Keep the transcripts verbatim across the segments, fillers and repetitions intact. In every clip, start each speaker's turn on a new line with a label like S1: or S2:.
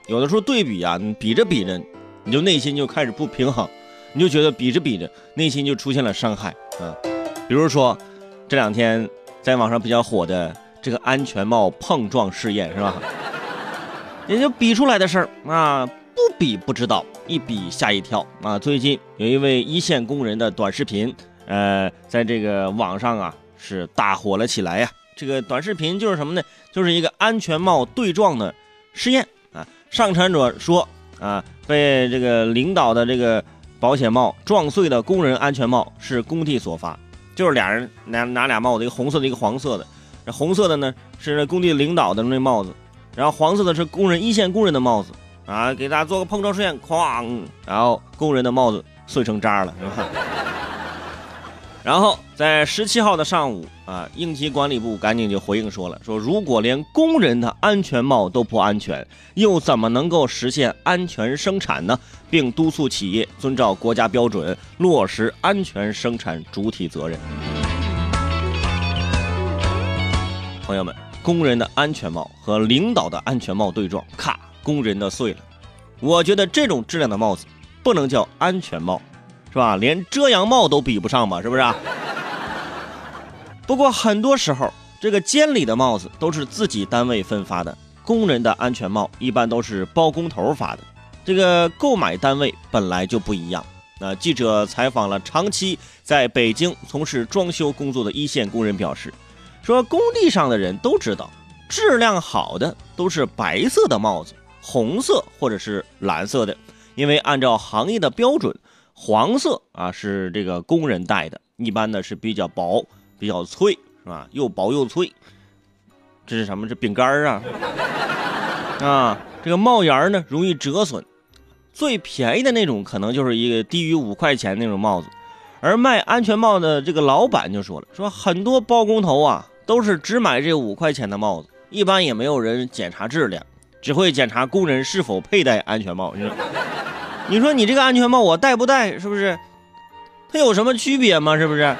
S1: 有的时候对比啊，你比着比着，你就内心就开始不平衡，你就觉得比着比着，内心就出现了伤害啊。比如说这两天在网上比较火的这个安全帽碰撞试验是吧？也就比出来的事儿啊，不比不知道，一比吓一跳啊。最近有一位一线工人的短视频，呃，在这个网上啊是大火了起来呀、啊。这个短视频就是什么呢？就是一个安全帽对撞的试验啊。上传者说啊，被这个领导的这个保险帽撞碎的工人安全帽是工地所发，就是俩人拿拿俩帽子，一个红色的，一个黄色的。这红色的呢是工地领导的那帽子，然后黄色的是工人一线工人的帽子啊，给大家做个碰撞试验，哐，然后工人的帽子碎成渣了，是吧？然后在十七号的上午啊，应急管理部赶紧就回应说了，说如果连工人的安全帽都不安全，又怎么能够实现安全生产呢？并督促企业遵照国家标准，落实安全生产主体责任。朋友们，工人的安全帽和领导的安全帽对撞，咔，工人的碎了。我觉得这种质量的帽子不能叫安全帽，是吧？连遮阳帽都比不上吧，是不是啊？不过很多时候，这个监理的帽子都是自己单位分发的，工人的安全帽一般都是包工头发的。这个购买单位本来就不一样。那记者采访了长期在北京从事装修工作的一线工人，表示说，工地上的人都知道，质量好的都是白色的帽子，红色或者是蓝色的，因为按照行业的标准，黄色啊是这个工人戴的，一般的是比较薄、比较脆，是吧？又薄又脆。这是什么？这饼干啊！啊，这个帽檐呢容易折损，最便宜的那种可能就是一个低于五块钱那种帽子。而卖安全帽的这个老板就说了，说很多包工头啊都是只买这五块钱的帽子，一般也没有人检查质量，只会检查工人是否佩戴安全帽。你说，你说你这个安全帽我戴不戴，是不是？它有什么区别吗？是不是？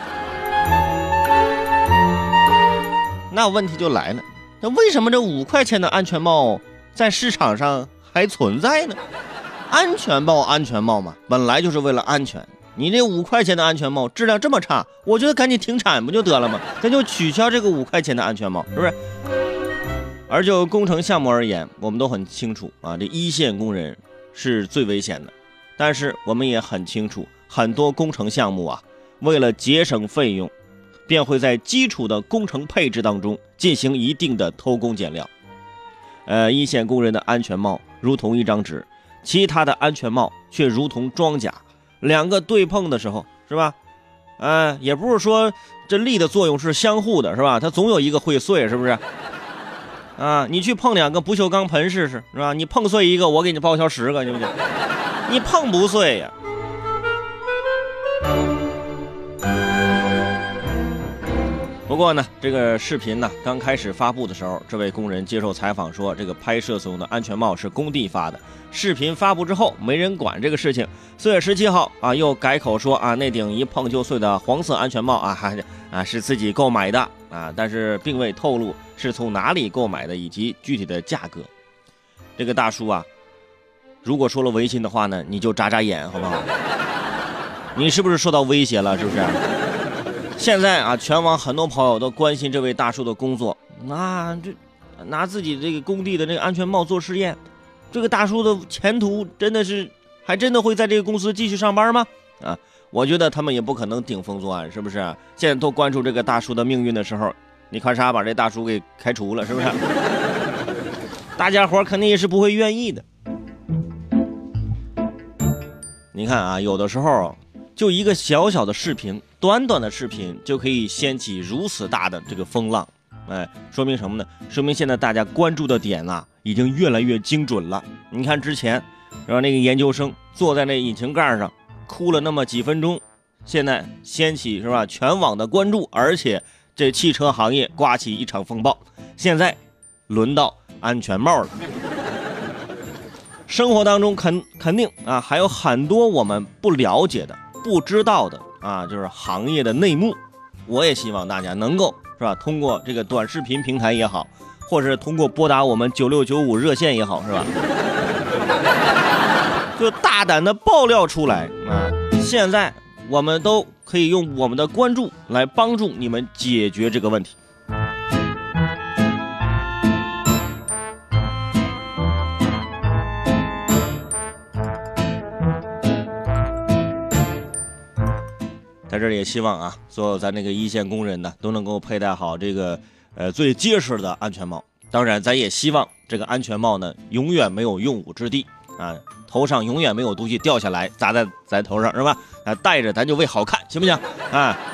S1: 那问题就来了，那为什么这五块钱的安全帽在市场上还存在呢？安全帽，安全帽嘛，本来就是为了安全。你这五块钱的安全帽质量这么差，我觉得赶紧停产不就得了吗？咱就取消这个五块钱的安全帽，是不是？而就工程项目而言，我们都很清楚啊，这一线工人是最危险的。但是我们也很清楚，很多工程项目啊，为了节省费用，便会在基础的工程配置当中进行一定的偷工减料。呃，一线工人的安全帽如同一张纸，其他的安全帽却如同装甲，两个对碰的时候，是吧？呃，也不是说这力的作用是相互的，是吧？它总有一个会碎，是不是？啊，你去碰两个不锈钢盆试试，是吧？你碰碎一个，我给你报销十个，行不行？你碰不碎呀。不过呢，这个视频呢刚开始发布的时候，这位工人接受采访说，这个拍摄所用的安全帽是工地发的。视频发布之后，没人管这个事情。四月十七号啊，又改口说啊，那顶一碰就碎的黄色安全帽啊，还啊是自己购买的啊，但是并未透露是从哪里购买的以及具体的价格。这个大叔啊，如果说了违心的话呢，你就眨眨眼，好不好？你是不是受到威胁了？是不是？现在啊，全网很多朋友都关心这位大叔的工作，那这拿自己这个工地的这个安全帽做试验，这个大叔的前途真的是还真的会在这个公司继续上班吗？啊，我觉得他们也不可能顶风作案，是不是？现在都关注这个大叔的命运的时候，你看啥把这大叔给开除了，是不是？大家伙肯定也是不会愿意的。你看啊，有的时候就一个小小的视频，短短的视频就可以掀起如此大的这个风浪，哎，说明什么呢？说明现在大家关注的点啊，已经越来越精准了。你看之前，然后那个研究生坐在那引擎盖上哭了那么几分钟，现在掀起是吧全网的关注，而且这汽车行业刮起一场风暴。现在轮到安全帽了。生活当中肯肯定啊，还有很多我们不了解的、不知道的啊，就是行业的内幕。我也希望大家能够是吧，通过这个短视频平台也好， 或者是通过拨打我们九六九五热线也好，是吧？就大胆的爆料出来啊！现在我们都可以用我们的关注来帮助你们解决这个问题。在这里也希望啊，所有咱这个一线工人呢，都能够佩戴好这个呃最结实的安全帽。当然，咱也希望这个安全帽呢，永远没有用武之地啊，头上永远没有东西掉下来砸在咱头上，是吧？啊，戴着咱就为好看，行不行？啊，